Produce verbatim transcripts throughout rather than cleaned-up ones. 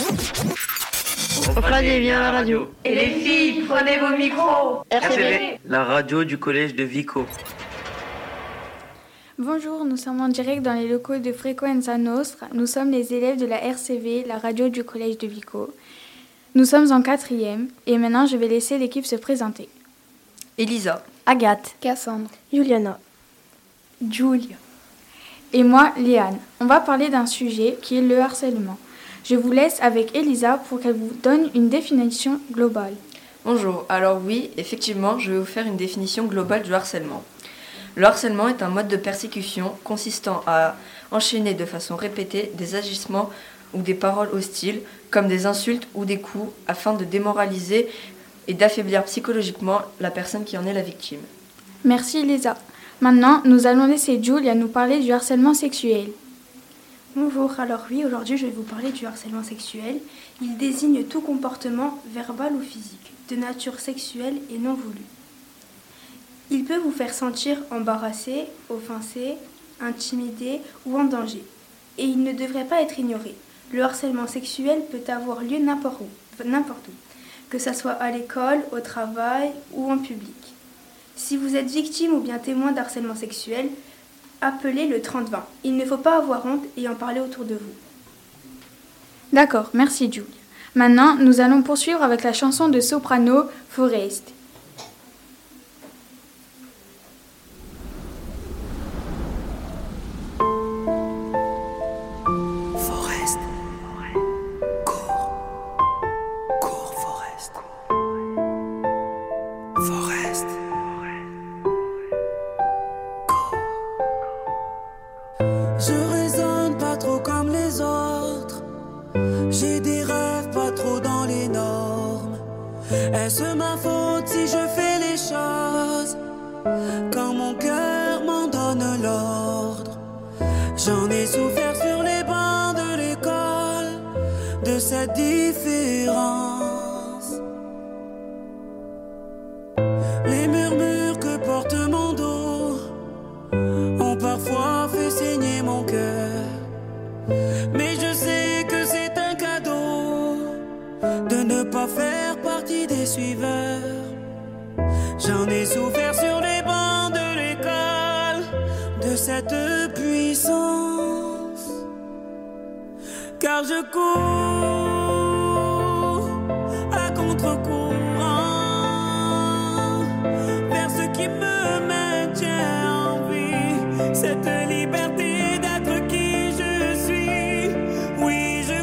Prenez bien la radio. Et les filles, prenez vos micros. R C V, la radio du collège de Vico. Bonjour, nous sommes en direct dans les locaux de Frequenza Nostra. Nous sommes les élèves de la R C V, la radio du collège de Vico. Nous sommes en quatrième et maintenant je vais laisser l'équipe se présenter. Elisa, Agathe, Cassandre, Juliana, Julia et moi, Léane. On va parler d'un sujet qui est le harcèlement. Je vous laisse avec Elisa pour qu'elle vous donne une définition globale. bonjour. Alors oui, effectivement, je vais vous faire une définition globale du harcèlement. Le harcèlement est un mode de persécution consistant à enchaîner de façon répétée des agissements ou des paroles hostiles, comme des insultes ou des coups, afin de démoraliser et d'affaiblir psychologiquement la personne qui en est la victime. Merci Elisa. Maintenant, nous allons laisser Julia nous parler du harcèlement sexuel. Bonjour, alors oui, aujourd'hui je vais vous parler du harcèlement sexuel. Il désigne tout comportement verbal ou physique, de nature sexuelle et non voulu. Il peut vous faire sentir embarrassé, offensé, intimidé ou en danger. Et il ne devrait pas être ignoré. Le harcèlement sexuel peut avoir lieu n'importe où, n'importe où, que ce soit à l'école, au travail ou en public. Si vous êtes victime ou bien témoin d'harcèlement sexuel, appelez le trente vingt. Il ne faut pas avoir honte et en parler autour de vous. D'accord, merci Julia. Maintenant, nous allons poursuivre avec la chanson de soprano Forest. Forest. Cours. Cours, Forest. Forest. Je raisonne pas trop comme les autres. J'ai des rêves pas trop dans les normes. Est-ce ma faute si je fais les choses quand mon cœur m'en donne l'ordre? J'en ai souffert sur les bancs de l'école de cette différence. Les murmures que porte mon dos ont parfois fait saigner mon cœur. Mais je sais que c'est un cadeau de ne pas faire partie des suiveurs. J'en ai souffert sur les bancs de l'école de cette puissance. Car je cours à contre-courant vers ce qui me maintient en vie. Cette liberté d'être qui je suis. Oui, je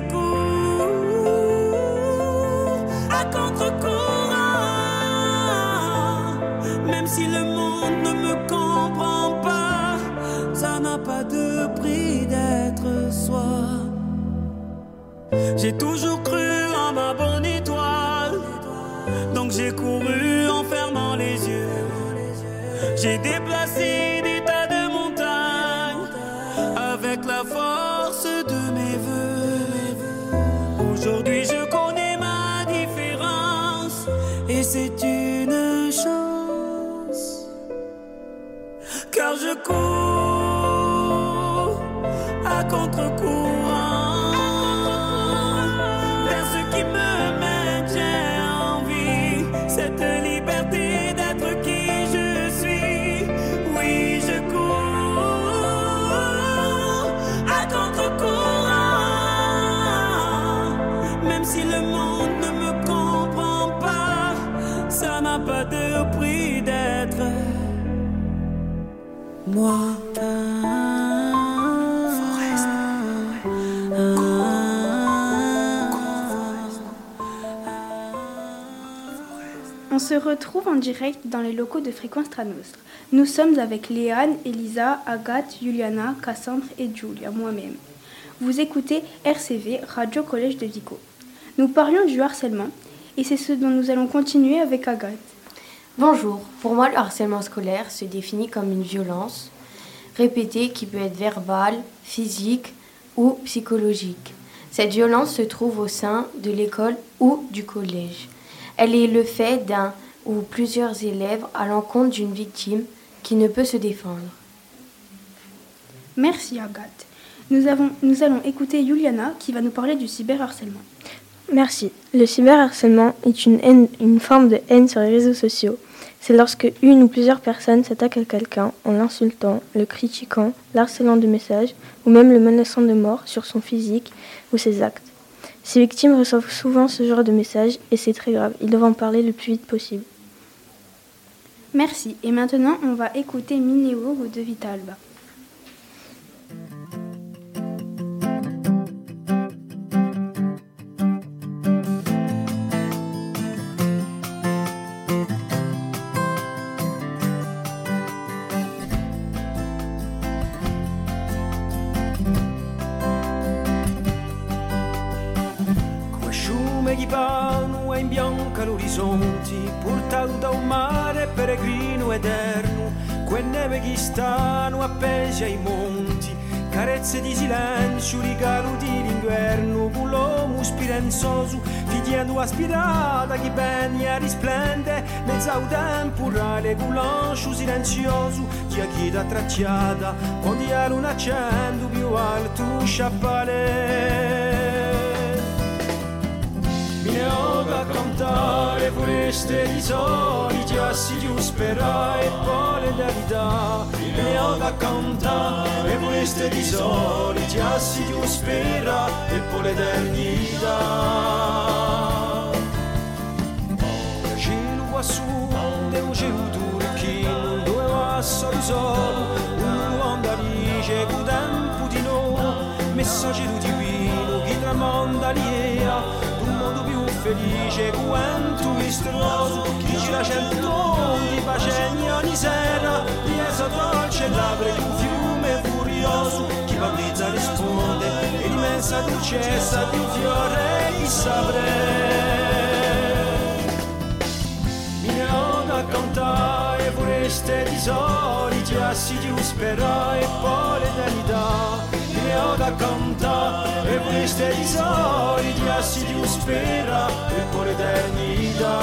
cours à contre-courant. Même si le monde ne me comprend pas, ça n'a pas de prix d'être soi. J'ai toujours cru en ma bonne étoile, donc j'ai couru en fermant les yeux. J'ai déplacé des tas de montagnes avec la force de mes voeux. Aujourd'hui je connais ma différence et c'est une chance. Car je cours à contre-courant vers ce qui me maintient en vie. Cette liberté d'être qui je suis. Oui, je cours à contre-courant. Même si le monde ne me comprend pas, ça n'a pas de prix d'être moi. Forest. On se retrouve en direct dans les locaux de Frequenza Nostra. Nous sommes avec Léane, Elisa, Agathe, Juliana, Cassandre et Julia, moi-même. Vous écoutez R C V, Radio Collège de Vico. Nous parlions du harcèlement et c'est ce dont nous allons continuer avec Agathe. Bonjour, pour moi le harcèlement scolaire se définit comme une violence répétée qui peut être verbale, physique ou psychologique. Cette violence se trouve au sein de l'école ou du collège. Elle est le fait d'un ou plusieurs élèves à l'encontre d'une victime qui ne peut se défendre. Merci Agathe. Nous, avons, nous allons écouter Juliana qui va nous parler du cyberharcèlement. Merci. Le cyberharcèlement est une, haine, une forme de haine sur les réseaux sociaux. C'est lorsque une ou plusieurs personnes s'attaquent à quelqu'un en l'insultant, le critiquant, l'harcelant de messages ou même le menaçant de mort sur son physique ou ses actes. Ces victimes reçoivent souvent ce genre de messages et c'est très grave. Ils doivent en parler le plus vite possible. Merci. Et maintenant, on va écouter Mineo de Vita Alba. Gli panu e imbianca l'orizzonti, portato da un mare peregrino eterno, quelle neve che stanno appesi ai monti, carezze di silenzio, regalo di l'inverno, con l'uomo spirenzoso, figliando aspirata, che bene risplende, mezzo temporale, con l'ancio silenzioso, chi ha chi da tracciata, quando ha luna accendo più alto sciappale. Mi ne ho da cantare foreste di soli, ti assidio spera e poi le verità. Mi ne ho da cantare foreste di soli, ti assidio spera e poi l'eternità. Il cielo qua su, è un cielo turchino, dove va solo solo, un uomo dice che tempo di noi, messaggero divino, chi tramonda l'ia. Felice quanto misterioso, chi gira cento di pace ogni sera, riesa dolce labbra di un fiume furioso, chi battezza risponde e l'immensa dolcezza di un fiore di sabre. Mi ne ho da cantare foreste di soli, ti assidio spera e poi l'eternità. Mi ne ho da cantare foreste di soli, ti assidio spera e poi l'eternità.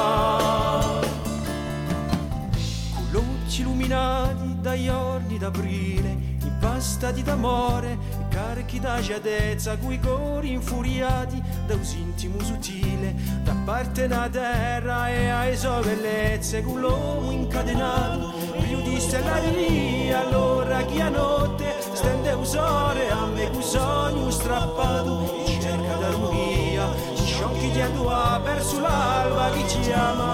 Con luci illuminati dai giorni d'aprile, impastati d'amore, carichi da giadezza, coi cori infuriati da un intimo sottile, da parte da terra e ai sue bellezze, con l'uomo incatenato, più di stellari, allora chi a notte stende usore a me con sogno strappato, e cerca d'armonia, ci sciocchi di andua verso l'alba chi ci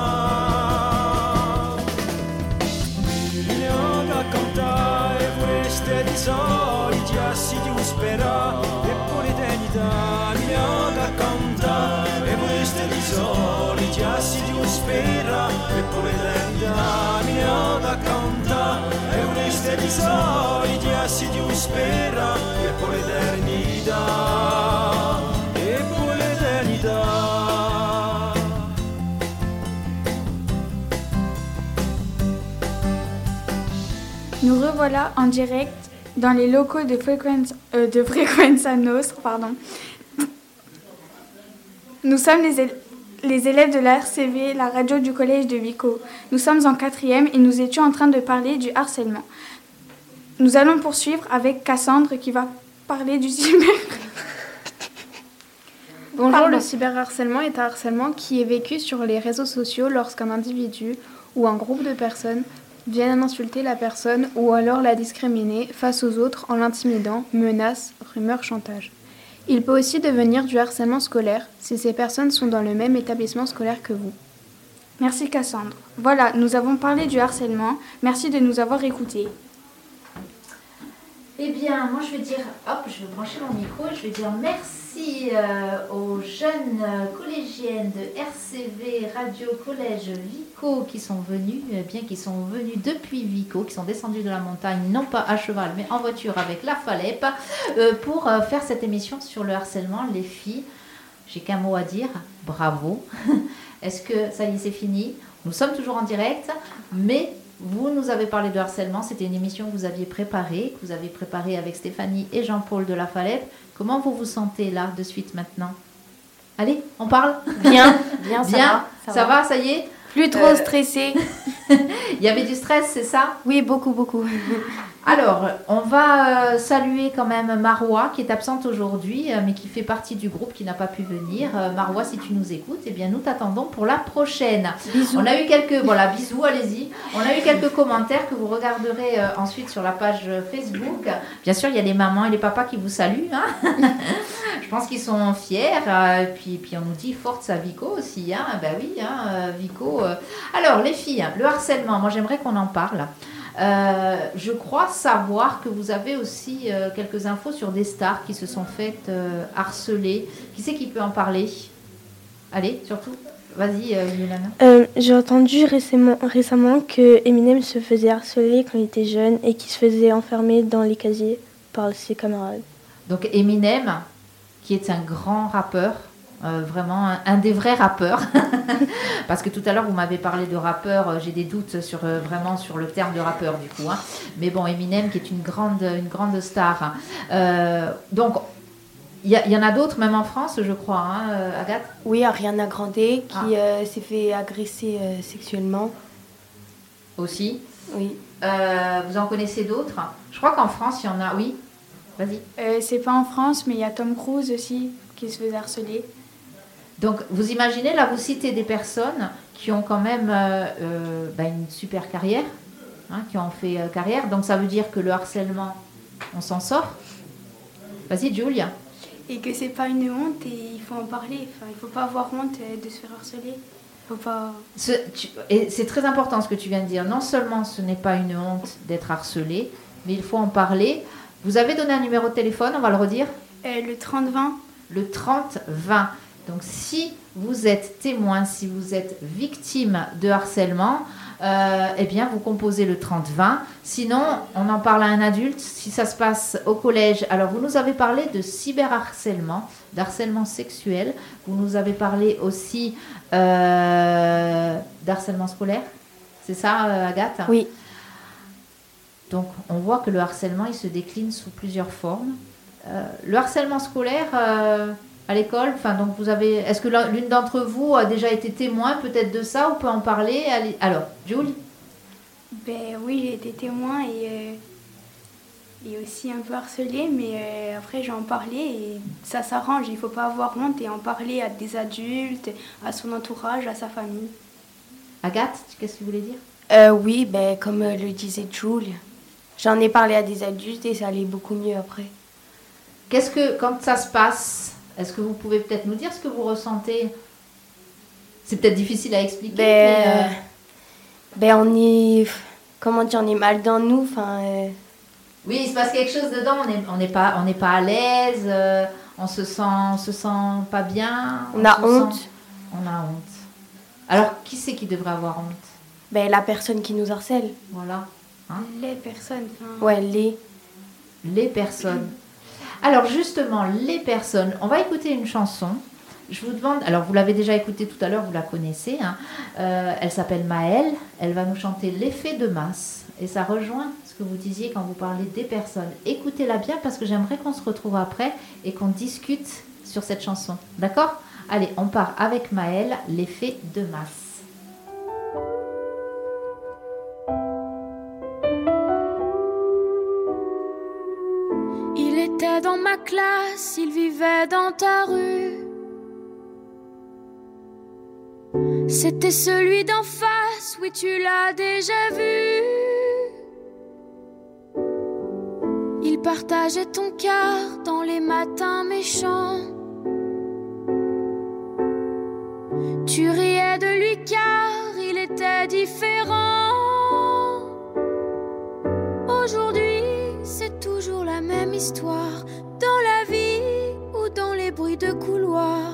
ama. Mi ne ho da cantare foreste di soli, ti assidio spera e poi l'eternità. Mi ne ho da cantare foreste di soli, ti assidio spera e poi l'eternità. Mi ne ho da cantare foreste di soli, ti assidio spera e poi l'eternità. E poi l'eternità. Nous revoilà en direct dans les locaux de Frequenza, euh, de Frequenza Nostra. Pardon. Nous sommes les, éle- les élèves de la R C V, la radio du collège de Vico. Nous sommes en quatrième et nous étions en train de parler du harcèlement. Nous allons poursuivre avec Cassandre qui va parler du cyber... Bonjour, Pardon. le cyberharcèlement est un harcèlement qui est vécu sur les réseaux sociaux lorsqu'un individu ou un groupe de personnes viennent insulter la personne ou alors la discriminer face aux autres en l'intimidant, menaces, rumeurs, chantage. Il peut aussi devenir du harcèlement scolaire si ces personnes sont dans le même établissement scolaire que vous. Merci Cassandre. Voilà, nous avons parlé du harcèlement. Merci de nous avoir écoutés. Eh bien, moi je vais dire, hop, je vais brancher mon micro et je vais dire merci euh, aux jeunes euh, collégiennes de R C V Radio Collège Vico qui sont venus, euh, bien qu'ils sont venus depuis Vico, qui sont descendus de la montagne, non pas à cheval, mais en voiture avec la Falep, euh, pour euh, faire cette émission sur le harcèlement. Les filles, j'ai qu'un mot à dire, bravo. Est-ce que ça y est, c'est fini? Nous sommes toujours en direct, mais... Vous nous avez parlé de harcèlement, c'était une émission que vous aviez préparée, que vous avez préparée avec Stéphanie et Jean-Paul de la Falep. Comment vous vous sentez là, de suite maintenant? Allez, on parle? Bien, bien, ça Bien, va. ça, ça va. va, ça y est? Plus trop Euh, stressée. Il y avait du stress, c'est ça? Oui, beaucoup, beaucoup. Alors, on va euh, saluer quand même Marois qui est absente aujourd'hui, euh, mais qui fait partie du groupe qui n'a pas pu venir. Euh, Marois, si tu nous écoutes, eh bien nous t'attendons pour la prochaine. Bisous. On a eu quelques, voilà, bisous, allez-y. On a eu quelques commentaires que vous regarderez euh, ensuite sur la page euh, Facebook. Bien sûr, il y a les mamans et les papas qui vous saluent. Hein. Je pense qu'ils sont fiers. Euh, puis, puis on nous dit Forza Vico aussi. Hein. Ben oui, hein, euh, Vico. euh. Alors, les filles, le harcèlement, moi j'aimerais qu'on en parle. Euh, je crois savoir que vous avez aussi euh, quelques infos sur des stars qui se sont faites euh, harceler. Qui c'est qui peut en parler? Allez, surtout, vas-y, euh, Yolanda. Euh, j'ai entendu récemment, récemment que Eminem se faisait harceler quand il était jeune et qu'il se faisait enfermer dans les casiers par ses camarades. Donc Eminem, qui est un grand rappeur, euh, vraiment un, un des vrais rappeurs, parce que tout à l'heure vous m'avez parlé de rappeur, euh, j'ai des doutes sur euh, vraiment sur le terme de rappeur du coup, hein. Mais bon, Eminem qui est une grande, une grande star. Hein. Euh, donc il y, y en a d'autres, même en France, je crois, hein, euh, Agathe. Oui, Ariana Grande qui Ah. euh, s'est fait agresser euh, sexuellement. Aussi. Oui. Euh, vous en connaissez d'autres? Je crois qu'en France il y en a. Oui. Vas-y. Euh, c'est pas en France, mais il y a Tom Cruise aussi qui se faisait harceler. Donc, vous imaginez, là, vous citez des personnes qui ont quand même euh, euh, bah, une super carrière, hein, qui ont fait euh, carrière. Donc, ça veut dire que le harcèlement, on s'en sort. Vas-y, Julia. Et que c'est pas une honte et il faut en parler. Enfin, il faut pas avoir honte euh, de se faire harceler. Faut pas... Ce, tu, et c'est très important ce que tu viens de dire. Non seulement ce n'est pas une honte d'être harcelé, mais il faut en parler. Vous avez donné un numéro de téléphone, on va le redire. Euh, le trente vingt. Le trente vingt. Donc, si vous êtes témoin, si vous êtes victime de harcèlement, euh, eh bien, vous composez le trente vingt. Sinon, on en parle à un adulte. Si ça se passe au collège, alors vous nous avez parlé de cyberharcèlement, d'harcèlement sexuel. Vous nous avez parlé aussi euh, d'harcèlement scolaire. C'est ça, euh, Agathe? Oui. Donc, on voit que le harcèlement, il se décline sous plusieurs formes. Euh, le harcèlement scolaire... Euh, à l'école, enfin donc vous avez. Est-ce que l'une d'entre vous a déjà été témoin peut-être de ça ou peut en parler? Allez, alors, Julie. Ben oui, j'ai été témoin et, euh, et aussi un peu harcelée, mais euh, après j'ai en parlé et ça s'arrange. Il faut pas avoir honte et en parler à des adultes, à son entourage, à sa famille. Agathe, qu'est-ce que tu voulais dire? Euh, oui, ben, comme euh, le disait Jules, j'en ai parlé à des adultes et ça allait beaucoup mieux après. Qu'est-ce que, quand ça se passe, est-ce que vous pouvez peut-être nous dire ce que vous ressentez? C'est peut-être difficile à expliquer. Ben, mais, euh... ben on est, comment dire, on est mal dans nous, enfin... Euh... Oui, il se passe quelque chose dedans, on n'est on n'est pas, on n'est pas à l'aise, euh, on se sent, on se sent pas bien. On, on a honte. Sent... On a honte. Alors, qui c'est qui devrait avoir honte? Ben, la personne qui nous harcèle. Voilà. Hein? Les personnes. Enfin... Ouais, les. Les personnes. Alors justement, les personnes, on va écouter une chanson. Je vous demande, alors vous l'avez déjà écoutée tout à l'heure, vous la connaissez. Hein. Euh, elle s'appelle Maëlle. Elle va nous chanter L'effet de masse. Et ça rejoint ce que vous disiez quand vous parlez des personnes. Écoutez-la bien parce que j'aimerais qu'on se retrouve après et qu'on discute sur cette chanson. D'accord? Allez, on part avec Maëlle, L'effet de masse. Dans ma classe, il vivait dans ta rue. C'était celui d'en face, oui tu l'as déjà vu. Il partageait ton cœur dans les matins méchants. Tu riais de lui car il était différent. Aujourd'hui, c'est toujours la même histoire, dans la vie ou dans les bruits de couloir.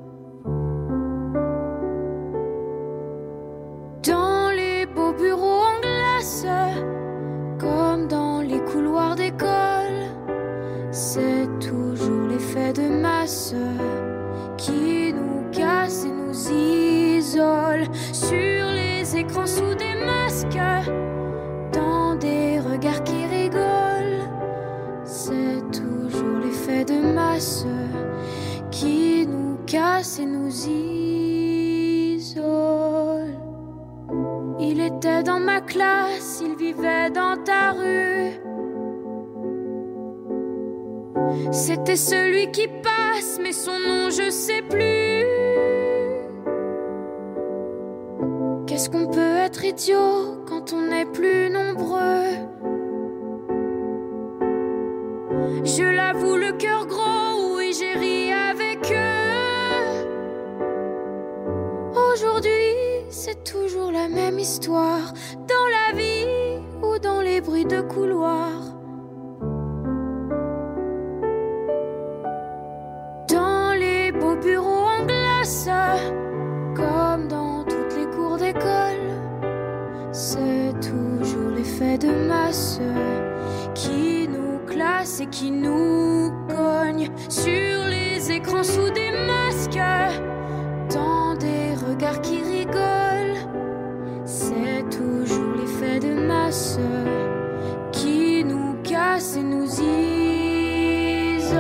Dans les beaux bureaux en glace, comme dans les couloirs d'école, c'est toujours l'effet de masse qui nous casse et nous isole. Sur les écrans sous des masques, dans des regards qui rigolent, c'est toujours l'effet de masse qui nous casse et nous isole. Il était dans ma classe, il vivait dans ta rue. C'était celui qui passe, mais son nom je sais plus. Qu'est-ce qu'on peut être idiot quand on est plus nombreux? Je l'avoue, le cœur gros, oui j'ai ri avec eux. Aujourd'hui, c'est toujours la même histoire, dans la vie ou dans les bruits de couloir. Dans les beaux bureaux en glace, comme dans toutes les cours d'école, c'est toujours l'effet de masse qui nous classe et qui nous cogne sur les écrans sous des masques, dans des regards qui rigolent. C'est toujours l'effet de masse qui nous casse et nous isole.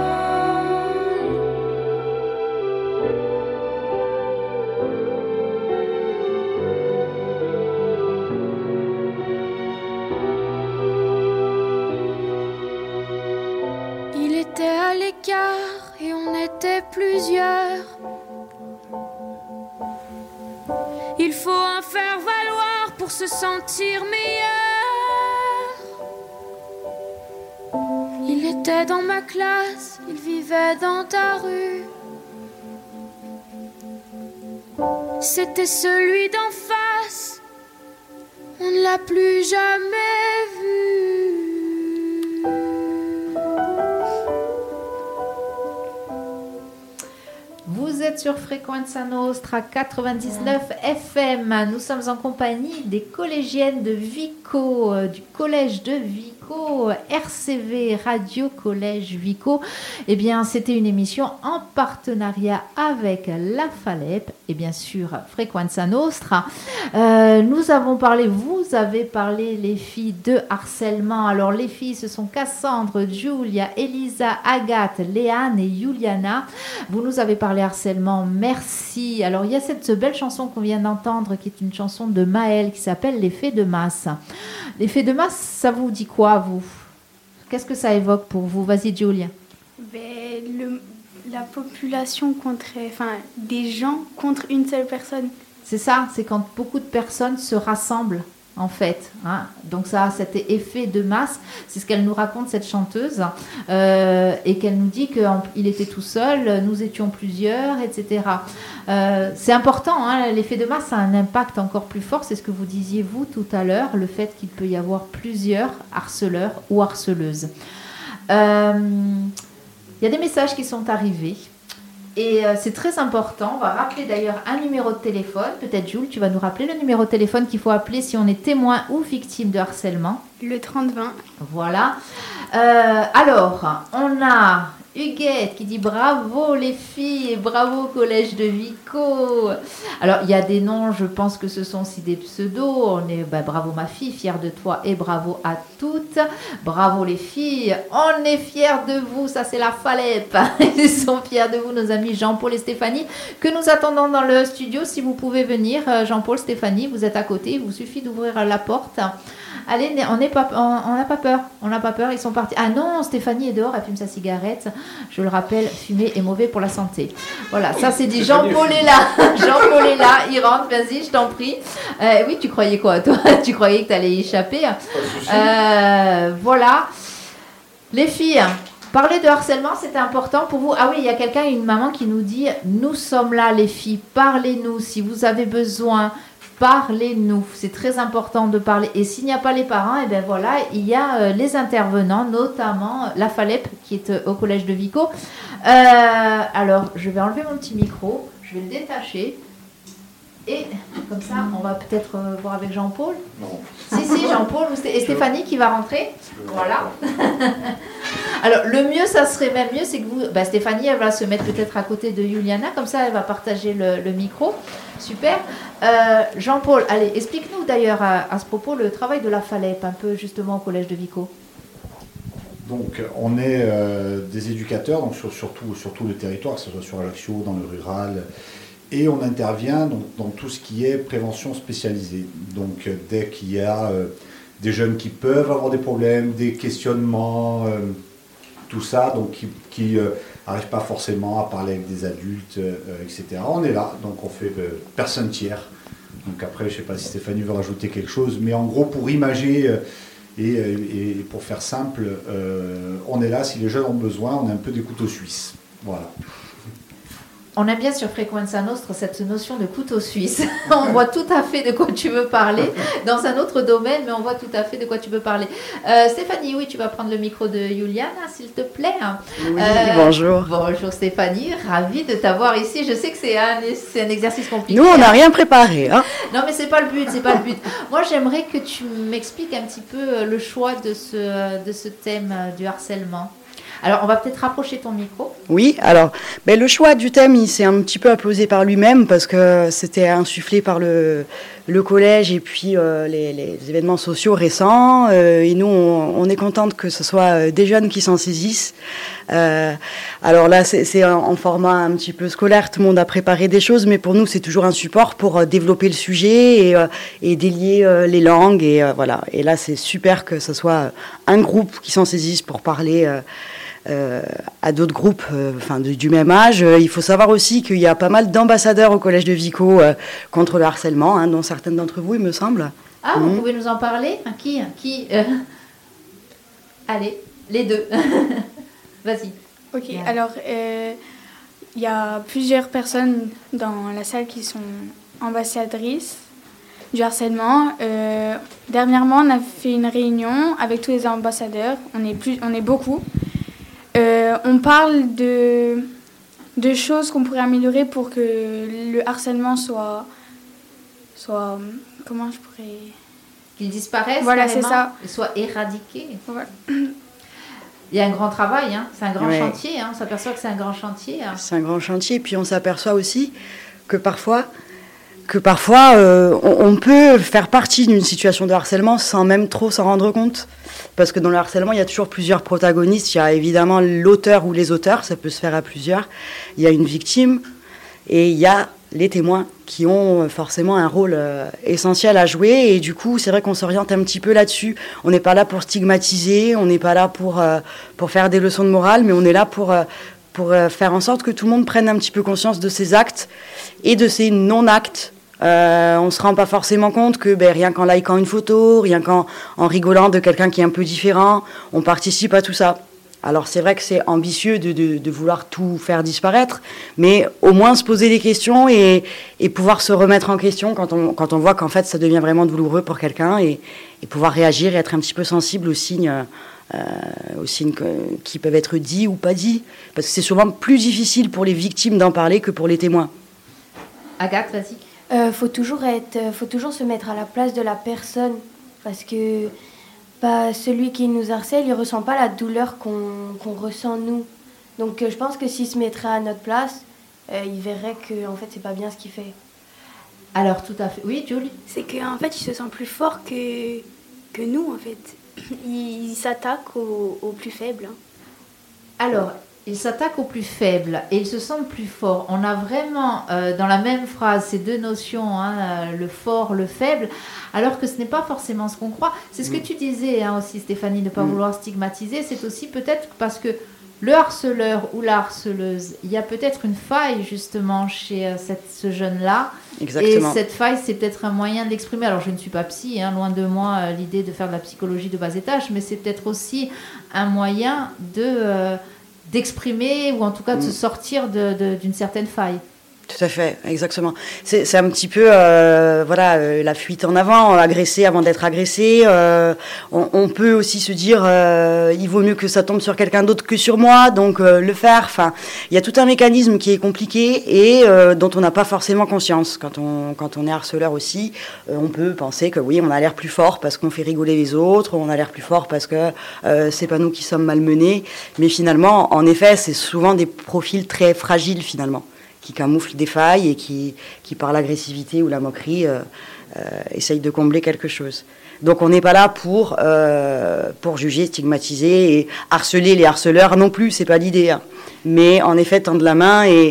Il était à l'écart et on était plusieurs. Il faut en faire valoir pour se sentir meilleur. Il était dans ma classe, il vivait dans ta rue. C'était celui d'en face, on ne l'a plus jamais vu. Vous êtes sur Frequenza Nostra quatre-vingt-dix-neuf F M. Nous sommes en compagnie des collégiennes de Vico, euh, du collège de Vico, R C V Radio Collège Vico. Eh bien, c'était une émission en partenariat avec la FALEP et bien sûr Frequenza Nostra. Euh, nous avons parlé, vous avez parlé les filles de harcèlement. Alors les filles, ce sont Cassandre, Julia, Elisa, Agathe, Léane et Juliana. Vous nous avez parlé harcèlement, merci. Alors il y a cette belle chanson qu'on vient d'entendre qui est une chanson de Maëlle qui s'appelle L'effet de masse. L'effet de masse, ça vous dit quoi, vous? Qu'est-ce que ça évoque pour vous? Vas-y, Julia. Ben, le, la population contre, enfin, des gens contre une seule personne. C'est ça, c'est quand beaucoup de personnes se rassemblent, en fait. Hein. Donc ça a cet effet de masse. C'est ce qu'elle nous raconte, cette chanteuse. Euh, et qu'elle nous dit qu'il était tout seul, nous étions plusieurs, et cetera. Euh, c'est important, hein, l'effet de masse a un impact encore plus fort. C'est ce que vous disiez, vous, tout à l'heure, le fait qu'il peut y avoir plusieurs harceleurs ou harceleuses. Euh, il y a des messages qui sont arrivés. Et euh, c'est très important. On va rappeler d'ailleurs un numéro de téléphone. Peut-être, Jules, tu vas nous rappeler le numéro de téléphone qu'il faut appeler si on est témoin ou victime de harcèlement. Le trente vingt. Voilà. Euh, alors, on a Huguette qui dit bravo les filles, bravo collège de Vico. Alors, il y a des noms, je pense que ce sont aussi des pseudos. On est bah, bravo ma fille, fière de toi et bravo à toutes. Bravo les filles, on est fiers de vous. Ça, c'est la FALEP. Ils sont fiers de vous, nos amis Jean-Paul et Stéphanie, que nous attendons dans le studio. Si vous pouvez venir, Jean-Paul, Stéphanie, vous êtes à côté. Il vous suffit d'ouvrir la porte. Allez, on n'est pas, on n'a pas peur, on n'a pas peur. Ils sont partis. Ah non, Stéphanie est dehors, elle fume sa cigarette. Je le rappelle, fumer est mauvais pour la santé. Voilà, ça c'est dit. Jean-Paul est là, Jean-Paul est là. Il rentre, vas-y, je t'en prie. Euh, oui, tu croyais quoi, toi? Tu croyais que tu allais y échapper? euh, Voilà, les filles. Parler de harcèlement, c'était important pour vous. Ah oui, il y a quelqu'un, une maman qui nous dit « Nous sommes là, les filles, parlez-nous. Si vous avez besoin, parlez-nous. » C'est très important de parler. Et s'il n'y a pas les parents, et bien voilà, il y a euh, les intervenants, notamment la FALEP, qui est euh, au collège de Vico. Euh, alors, je vais enlever mon petit micro, je vais le détacher. Et comme ça, on va peut-être euh, voir avec Jean-Paul. Non. Si, si, Jean-Paul et Stéphanie qui va rentrer. Voilà. Alors, le mieux, ça serait même mieux, c'est que vous... Bah, Stéphanie, elle va se mettre peut-être à côté de Juliana, comme ça, elle va partager le, le micro. Super. Euh, Jean-Paul, allez, explique-nous d'ailleurs à, à ce propos le travail de la FALEP, un peu justement au collège de Vico. Donc, on est euh, des éducateurs, donc sur, sur, tout, sur tout le territoire, que ce soit sur Ajaccio, dans le rural et on intervient donc, dans tout ce qui est prévention spécialisée. Donc euh, dès qu'il y a euh, des jeunes qui peuvent avoir des problèmes, des questionnements, euh, tout ça, donc qui, qui euh, n'arrivent pas forcément à parler avec des adultes, euh, et cetera. On est là, donc on fait euh, personne tiers. Donc après, je ne sais pas si Stéphanie veut rajouter quelque chose, mais en gros, pour imager euh, et, et, et pour faire simple, euh, on est là, si les jeunes ont besoin, on est un peu des couteaux suisses. Voilà. On aime bien sur Frequenza Nostra cette notion de couteau suisse. On voit tout à fait de quoi tu veux parler dans un autre domaine, mais on voit tout à fait de quoi tu veux parler. Euh, Stéphanie, oui, tu vas prendre le micro de Juliana, s'il te plaît. Oui, euh, bonjour. Bonjour Stéphanie, ravie de t'avoir ici. Je sais que c'est un, c'est un exercice compliqué. Nous, on n'a rien préparé. Hein. Non, mais c'est pas le but, c'est pas le but. Moi, j'aimerais que tu m'expliques un petit peu le choix de ce, de ce thème du harcèlement. Alors, on va peut-être rapprocher ton micro. Oui, alors, ben, le choix du thème, il s'est un petit peu imposé par lui-même parce que c'était insufflé par le, le collège et puis euh, les, les événements sociaux récents. Euh, et nous, on, on est contente que ce soit des jeunes qui s'en saisissent. Euh, alors là, c'est, c'est en, en format un petit peu scolaire, tout le monde a préparé des choses, mais pour nous, c'est toujours un support pour euh, développer le sujet et, euh, et délier euh, les langues. Et, euh, voilà. Et là, c'est super que ce soit un groupe qui s'en saisisse pour parler euh, Euh, à d'autres groupes euh, enfin, de, du même âge. Euh, il faut savoir aussi qu'il y a pas mal d'ambassadeurs au collège de Vico euh, contre le harcèlement, hein, dont certaines d'entre vous, il me semble. Ah, mmh. Vous pouvez nous en parler? Qui, qui euh... Allez, les deux. Vas-y. Ok, yeah. alors il euh, y a plusieurs personnes dans la salle qui sont ambassadrices du harcèlement. Euh, dernièrement, on a fait une réunion avec tous les ambassadeurs. On est, plus, on est beaucoup. Euh, on parle de, de choses qu'on pourrait améliorer pour que le harcèlement soit... soit comment je pourrais... Qu'il disparaisse, voilà, c'est ça. Qu'il soit éradiqué. Voilà. Il y a un grand travail, hein. C'est un grand ouais. chantier. Hein. On s'aperçoit que c'est un grand chantier. Hein. C'est un grand chantier. Et puis on s'aperçoit aussi que parfois... que parfois, euh, on, on peut faire partie d'une situation de harcèlement sans même trop s'en rendre compte. Parce que dans le harcèlement, il y a toujours plusieurs protagonistes. Il y a évidemment l'auteur ou les auteurs, ça peut se faire à plusieurs. Il y a une victime et il y a les témoins qui ont forcément un rôle euh, essentiel à jouer. Et du coup, c'est vrai qu'on s'oriente un petit peu là-dessus. On n'est pas là pour stigmatiser, on n'est pas là pour, euh, pour faire des leçons de morale, mais on est là pour... Euh, pour euh, faire en sorte que tout le monde prenne un petit peu conscience de ses actes et de ses non-actes. Euh, on ne se rend pas forcément compte que ben, rien qu'en likant une photo, rien qu'en en rigolant de quelqu'un qui est un peu différent, on participe à tout ça. Alors c'est vrai que c'est ambitieux de, de, de vouloir tout faire disparaître, mais au moins se poser des questions et, et pouvoir se remettre en question quand on, quand on voit qu'en fait ça devient vraiment douloureux pour quelqu'un et, et pouvoir réagir et être un petit peu sensible aux signes, euh, aux signes que, qui peuvent être dits ou pas dits. Parce que c'est souvent plus difficile pour les victimes d'en parler que pour les témoins. Agathe, vas-y. Euh, faut toujours être, faut toujours se mettre à la place de la personne parce que bah, celui qui nous harcèle, il ressent pas la douleur qu'on, qu'on ressent nous. Donc euh, je pense que s'il se mettrait à notre place, euh, il verrait que en fait c'est pas bien ce qu'il fait. Alors tout à fait, oui, Julie. C'est qu'en fait il se sent plus fort que que nous en fait. Il, il s'attaque aux, aux plus faibles. Hein. Alors. Il s'attaque aux plus faibles et il se sent plus fort. On a vraiment euh, dans la même phrase ces deux notions, hein, le fort, le faible, alors que ce n'est pas forcément ce qu'on croit. C'est ce mmh. que tu disais hein, aussi, Stéphanie, de ne pas mmh. vouloir stigmatiser. C'est aussi peut-être parce que le harceleur ou la harceleuse, il y a peut-être une faille justement chez euh, cette, ce jeune-là. Exactement. Et cette faille, c'est peut-être un moyen de l'exprimer. Alors je ne suis pas psy, hein, loin de moi euh, l'idée de faire de la psychologie de bas étage, mais c'est peut-être aussi un moyen de... Euh, d'exprimer ou en tout cas de mmh. se sortir de, de, d'une certaine faille. Tout à fait, exactement. C'est, c'est un petit peu euh, voilà, euh, la fuite en avant, agresser avant d'être agressé. Euh, on, on peut aussi se dire euh, il vaut mieux que ça tombe sur quelqu'un d'autre que sur moi, donc euh, le faire. Enfin, il y a tout un mécanisme qui est compliqué et euh, dont on n'a pas forcément conscience. Quand on, quand on est harceleur aussi, euh, on peut penser que oui, on a l'air plus fort parce qu'on fait rigoler les autres, on a l'air plus fort parce que euh, c'est pas nous qui sommes malmenés. Mais finalement, en effet, c'est souvent des profils très fragiles finalement, qui camouflent des failles et qui, qui par l'agressivité ou la moquerie, euh, euh, essayent de combler quelque chose. Donc on n'est pas là pour, euh, pour juger, stigmatiser et harceler les harceleurs non plus, c'est pas l'idée. Hein. Mais en effet, tendre la main et,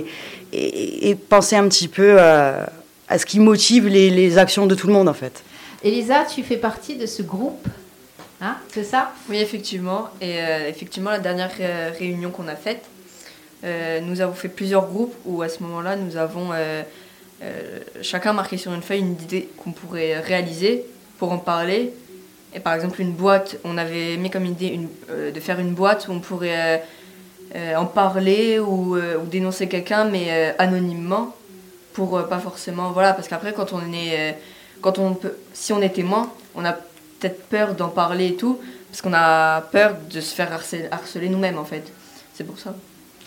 et, et penser un petit peu euh, à ce qui motive les, les actions de tout le monde en fait. Elisa, tu fais partie de ce groupe, hein, c'est ça? Oui, effectivement. Et euh, effectivement, la dernière ré- réunion qu'on a faite, euh, nous avons fait plusieurs groupes où à ce moment-là, nous avons euh, euh, chacun marqué sur une feuille une idée qu'on pourrait réaliser pour en parler. Et par exemple, une boîte, on avait mis comme idée une, euh, de faire une boîte où on pourrait euh, euh, en parler ou, euh, ou dénoncer quelqu'un, mais euh, anonymement, pour euh, pas forcément... Voilà, parce qu'après, quand on est... Euh, quand on peut, si on est témoin, on a peut-être peur d'en parler et tout, parce qu'on a peur de se faire harceler, harceler nous-mêmes, en fait. C'est pour ça.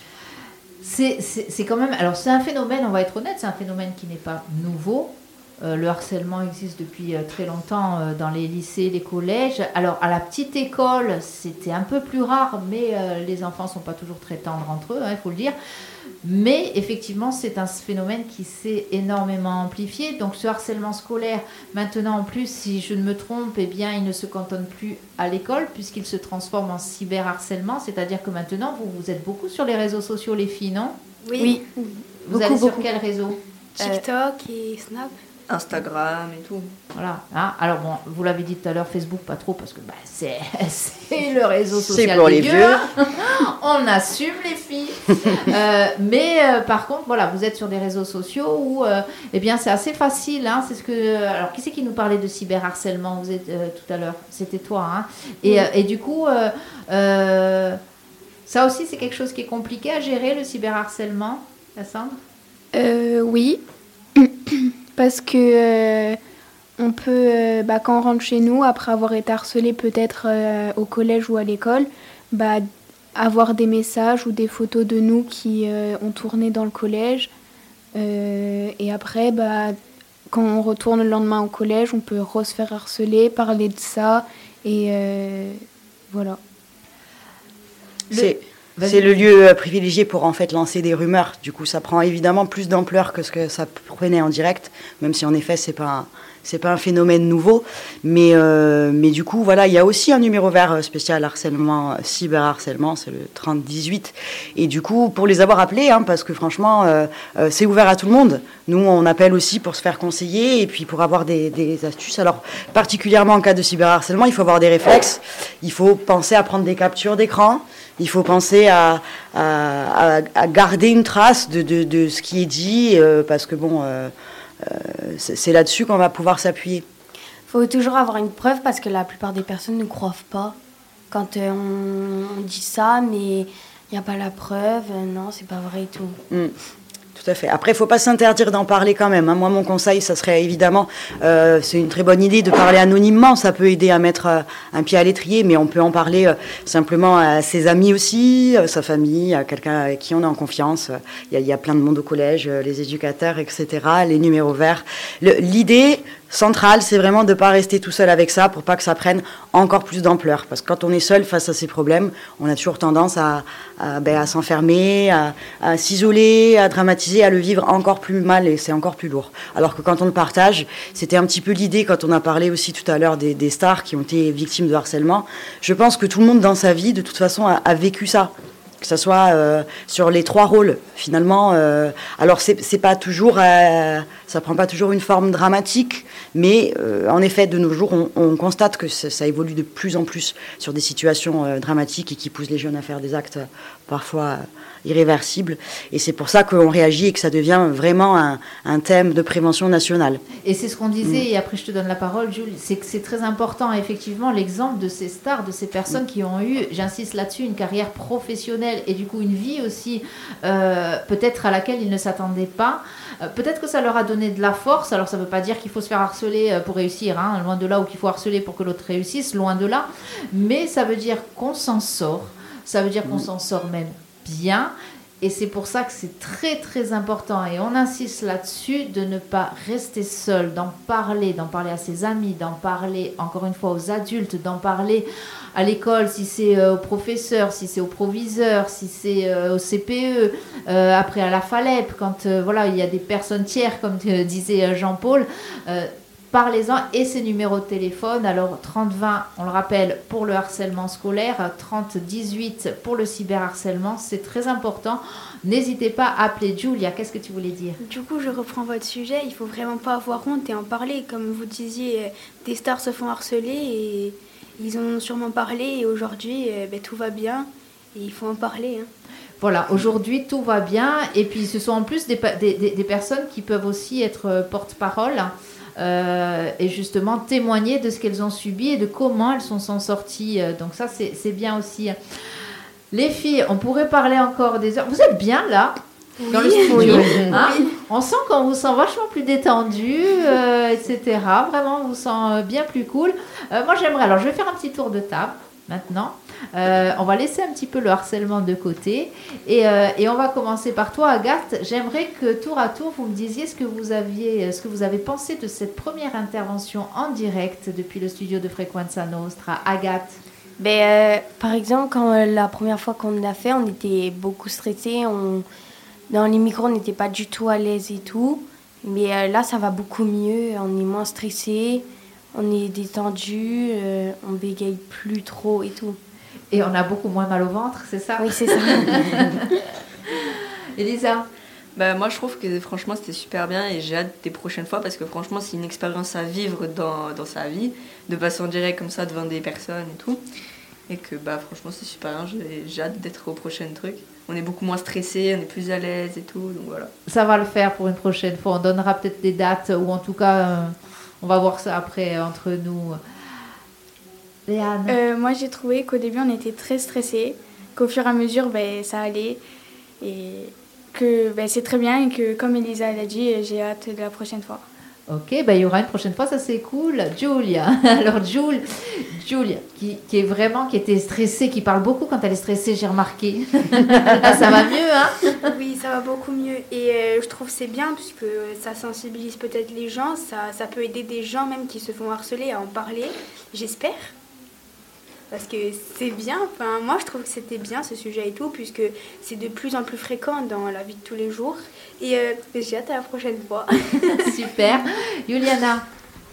C'est, c'est, c'est quand même... Alors, c'est un phénomène, on va être honnête, c'est un phénomène qui n'est pas nouveau. Euh, le harcèlement existe depuis euh, très longtemps euh, dans les lycées, les collèges. Alors, à la petite école, c'était un peu plus rare, mais euh, les enfants ne sont pas toujours très tendres entre eux, il hein, faut le dire. Mais effectivement, c'est un phénomène qui s'est énormément amplifié. Donc, ce harcèlement scolaire, maintenant en plus, si je ne me trompe, eh bien, il ne se cantonne plus à l'école puisqu'il se transforme en cyberharcèlement. C'est-à-dire que maintenant, vous, vous êtes beaucoup sur les réseaux sociaux, les filles, non? Oui. oui. Vous Beaucoup, allez sur beaucoup. quel réseau? TikTok et Snap. Instagram et tout. Voilà. Hein, alors bon, vous l'avez dit tout à l'heure, Facebook pas trop parce que bah, c'est, c'est le réseau social. C'est pour des les vieux. vieux. Hein. On assume les filles. euh, mais euh, par contre, voilà, vous êtes sur des réseaux sociaux où, euh, eh bien, c'est assez facile. Hein, c'est ce que. Alors, qui c'est qui nous parlait de cyberharcèlement? Vous êtes euh, tout à l'heure. C'était toi. Hein. Et, euh, et du coup, euh, euh, ça aussi, c'est quelque chose qui est compliqué à gérer, le cyberharcèlement, Cassandre? Euh, oui. Parce que euh, on peut, euh, bah, quand on rentre chez nous, après avoir été harcelé peut-être euh, au collège ou à l'école, bah, avoir des messages ou des photos de nous qui euh, ont tourné dans le collège. Euh, et après, bah, quand on retourne le lendemain au collège, on peut re se faire harceler, parler de ça. Et euh, voilà. C'est... C'est le lieu euh, privilégié pour en fait lancer des rumeurs. Du coup, ça prend évidemment plus d'ampleur que ce que ça prenait en direct, même si en effet, c'est pas un, c'est pas un phénomène nouveau. Mais, euh, mais du coup, voilà, il y a aussi un numéro vert spécial harcèlement, cyberharcèlement, c'est le trente dix-huit. Et du coup, pour les avoir appelés, hein, parce que franchement, euh, euh, c'est ouvert à tout le monde. Nous, on appelle aussi pour se faire conseiller et puis pour avoir des, des astuces. Alors, particulièrement en cas de cyberharcèlement, il faut avoir des réflexes. Il faut penser à prendre des captures d'écran. Il faut penser à, à, à garder une trace de, de, de ce qui est dit, euh, parce que bon, euh, euh, c'est, c'est là-dessus qu'on va pouvoir s'appuyer. Il faut toujours avoir une preuve parce que la plupart des personnes ne croient pas quand euh, on, on dit ça, mais il n'y a pas la preuve, euh, non, c'est pas vrai et tout. Mm. Tout à fait. Après, il ne faut pas s'interdire d'en parler quand même. Hein. Moi, mon conseil, ça serait évidemment, euh, c'est une très bonne idée de parler anonymement. Ça peut aider à mettre euh, un pied à l'étrier, mais on peut en parler euh, simplement à ses amis aussi, à sa famille, à quelqu'un avec qui on est en confiance. Il y a, il y a plein de monde au collège, euh, les éducateurs, et cetera, les numéros verts. Le, l'idée centrale, c'est vraiment de ne pas rester tout seul avec ça pour pas que ça prenne encore plus d'ampleur. Parce que quand on est seul face à ces problèmes, on a toujours tendance à, à, ben, à s'enfermer, à, à s'isoler, à dramatiser, à le vivre encore plus mal et c'est encore plus lourd. Alors que quand on le partage, c'était un petit peu l'idée quand on a parlé aussi tout à l'heure des, des stars qui ont été victimes de harcèlement. Je pense que tout le monde dans sa vie, de toute façon, a, a vécu ça. Que ce soit euh, sur les trois rôles, finalement. Euh, alors, c'est, c'est pas toujours, euh, ça prend pas toujours une forme dramatique, mais euh, en effet, de nos jours, on, on constate que ça, ça évolue de plus en plus sur des situations euh, dramatiques et qui poussent les jeunes à faire des actes euh, parfois euh, irréversibles. Et c'est pour ça qu'on réagit et que ça devient vraiment un, un thème de prévention nationale. Et c'est ce qu'on disait, mmh. et après je te donne la parole, Jules, c'est que c'est très important, effectivement, l'exemple de ces stars, de ces personnes mmh. qui ont eu, j'insiste là-dessus, une carrière professionnelle et du coup une vie aussi, euh, peut-être à laquelle ils ne s'attendaient pas. Euh, peut-être que ça leur a donné de la force. Alors ça ne veut pas dire qu'il faut se faire harceler pour réussir, hein, loin de là, ou qu'il faut harceler pour que l'autre réussisse, loin de là. Mais ça veut dire qu'on s'en sort, ça veut dire qu'on s'en sort même bien. Et c'est pour ça que c'est très très important et on insiste là-dessus de ne pas rester seul, d'en parler, d'en parler à ses amis, d'en parler encore une fois aux adultes, d'en parler à l'école, si c'est euh, au professeur, si c'est au proviseur, si c'est euh, au C P E, euh, après à la FALEP, quand euh, voilà, il y a des personnes tiers, comme euh, disait Jean-Paul. Euh, parlez-en et ces numéros de téléphone. Alors trente vingt, on le rappelle, pour le harcèlement scolaire, trente dix-huit pour le cyberharcèlement, c'est très important. N'hésitez pas à appeler. Julia, qu'est-ce que tu voulais dire? Du coup, je reprends votre sujet, il faut vraiment pas avoir honte et en parler. Comme vous disiez, des stars se font harceler et ils en ont sûrement parlé et aujourd'hui, ben, tout va bien et il faut en parler. Hein. Voilà, aujourd'hui tout va bien et puis ce sont en plus des, des, des, des personnes qui peuvent aussi être porte-parole euh, et justement témoigner de ce qu'elles ont subi et de comment elles sont s'en sorties. Donc ça c'est, c'est bien aussi. Les filles, on pourrait parler encore des heures. Vous êtes bien là dans oui, le studio, oui. Hein oui. On sent qu'on vous sent vachement plus détendu, euh, et cetera. Vraiment, on vous sent bien plus cool. Euh, moi j'aimerais, alors je vais faire un petit tour de table maintenant. Euh, on va laisser un petit peu le harcèlement de côté et, euh, et on va commencer par toi, Agathe. J'aimerais que tour à tour vous me disiez ce que vous aviez, ce que vous avez pensé de cette première intervention en direct depuis le studio de Frequenza Nostra. Agathe. Ben, euh, par exemple, quand euh, la première fois qu'on l'a fait, on était beaucoup stressés. On... Dans les micros, on n'était pas du tout à l'aise et tout. Mais euh, là, ça va beaucoup mieux. On est moins stressés, on est détendu, euh, on bégaye plus trop et tout. Et on a beaucoup moins mal au ventre, c'est ça? Oui, c'est ça. Elisa? Bah, moi, je trouve que franchement, c'était super bien et j'ai hâte des prochaines fois parce que franchement, c'est une expérience à vivre dans, dans sa vie, de passer en direct comme ça devant des personnes et tout. Et que bah, franchement, c'est super bien. J'ai, j'ai hâte d'être au prochain truc. On est beaucoup moins stressé, on est plus à l'aise et tout. Donc voilà. Ça va le faire pour une prochaine fois. On donnera peut-être des dates ou en tout cas, euh, on va voir ça après euh, entre nous. Léane. Euh, moi, j'ai trouvé qu'au début, on était très stressés, qu'au fur et à mesure, ben, ça allait, et que ben, c'est très bien, et que, comme Elisa l'a dit, j'ai hâte de la prochaine fois. Ok, ben, il y aura une prochaine fois, ça c'est cool. Julia, alors Jules, Julia, qui, qui est vraiment, qui était stressée, qui parle beaucoup quand elle est stressée, j'ai remarqué. Là, ça va mieux, hein? Oui, ça va beaucoup mieux, et euh, je trouve que c'est bien, puisque ça sensibilise peut-être les gens, ça, ça peut aider des gens même qui se font harceler à en parler, j'espère. Parce que c'est bien, enfin, moi je trouve que c'était bien ce sujet et tout, puisque c'est de plus en plus fréquent dans la vie de tous les jours. Et euh, j'ai hâte à la prochaine fois. Super. Juliana?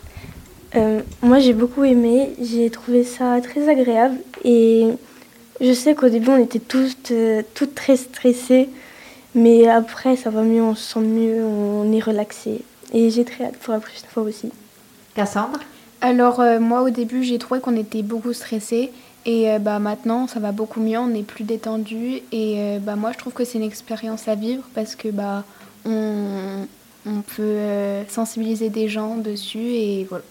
euh, Moi j'ai beaucoup aimé, j'ai trouvé ça très agréable. Et je sais qu'au début on était toutes, euh, toutes très stressées, mais après ça va mieux, on se sent mieux, on est relaxé. Et j'ai très hâte pour la prochaine fois aussi. Cassandre? Alors euh, moi au début j'ai trouvé qu'on était beaucoup stressés et euh, bah, maintenant ça va beaucoup mieux, on est plus détendu et euh, bah, moi je trouve que c'est une expérience à vivre parce que bah, on, on peut euh, sensibiliser des gens dessus et voilà.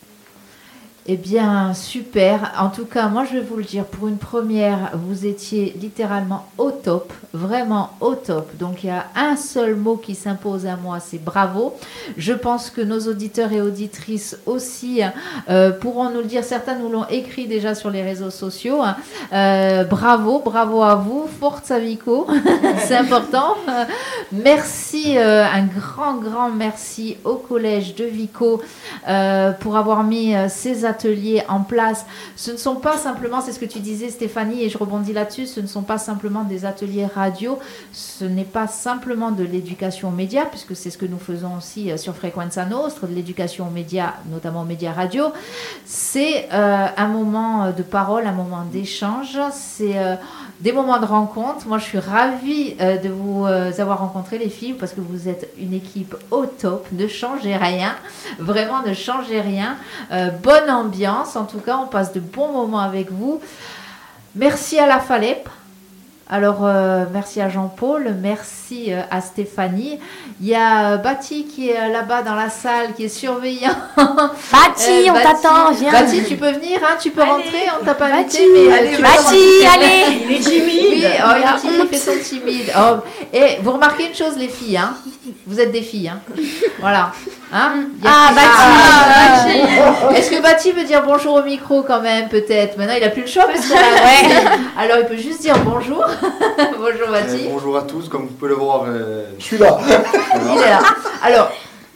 Eh bien, super. En tout cas, moi, je vais vous le dire, pour une première, vous étiez littéralement au top, vraiment au top. Donc, il y a un seul mot qui s'impose à moi, c'est bravo. Je pense que nos auditeurs et auditrices aussi euh, pourront nous le dire. Certains nous l'ont écrit déjà sur les réseaux sociaux. Euh, bravo, bravo à vous. Forza Vico, c'est important. Euh, merci, euh, un grand, grand merci au collège de Vico euh, pour avoir mis euh, ces ateliers en place. Ce ne sont pas simplement, c'est ce que tu disais Stéphanie et je rebondis là-dessus, ce ne sont pas simplement des ateliers radio, ce n'est pas simplement de l'éducation aux médias, puisque c'est ce que nous faisons aussi sur Frequenza Nostra, de l'éducation aux médias, notamment aux médias radio. C'est euh, un moment de parole, un moment d'échange, c'est euh, des moments de rencontre. Moi je suis ravie euh, de vous euh, avoir rencontré les filles, parce que vous êtes une équipe au top, ne changez rien, vraiment ne changez rien. Euh, bonne ambiance, en tout cas, on passe de bons moments avec vous. Merci à la Falep. Alors, euh, merci à Jean-Paul, merci euh, à Stéphanie. Il y a euh, Bati qui est euh, là-bas dans la salle, qui est surveillant. Bati, euh, on Bati, t'attend, viens. Bati, tu peux venir, hein, tu peux allez, rentrer, on t'a pas invité, mais allez, tu Bati, allez. Il est timide. Oui, oh, il, a il fait son timide. Oh. Et vous remarquez une chose, les filles, hein, vous êtes des filles, hein. Voilà. Hein, ah, Bati. Ah, Bati. Est-ce que Bati veut dire bonjour au micro quand même, peut-être? Maintenant, il n'a plus le choix parce qu'il a ouais. Alors, il peut juste dire bonjour. Bonjour Bati. Euh, bonjour à tous, comme vous pouvez le voir, euh, je suis là. Il est là. Alors,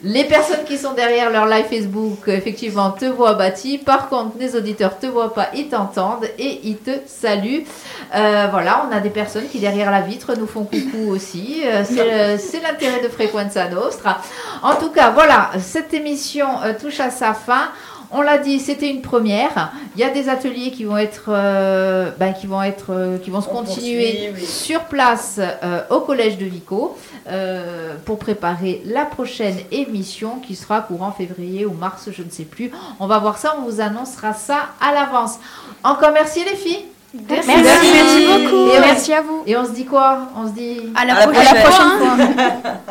Les personnes qui sont derrière leur live Facebook, effectivement, te voient Bati. Par contre, les auditeurs te voient pas, ils t'entendent et ils te saluent. Euh, voilà, on a des personnes qui, derrière la vitre, nous font coucou aussi. Euh, c'est, c'est l'intérêt de Frequenza Nostra. En tout cas, voilà, cette émission euh, touche à sa fin. On l'a dit, c'était une première. Il y a des ateliers qui vont être, euh, ben, qui vont être, euh, qui vont se On continuer poursuit, oui. sur place euh, au collège de Vico euh, pour préparer la prochaine émission qui sera courant février ou mars, je ne sais plus. On va voir ça, on vous annoncera ça à l'avance. Encore merci les filles. Merci, merci, merci beaucoup. Et on, merci à vous. Et on se dit quoi? On se dit à la prochaine, à la prochaine fois.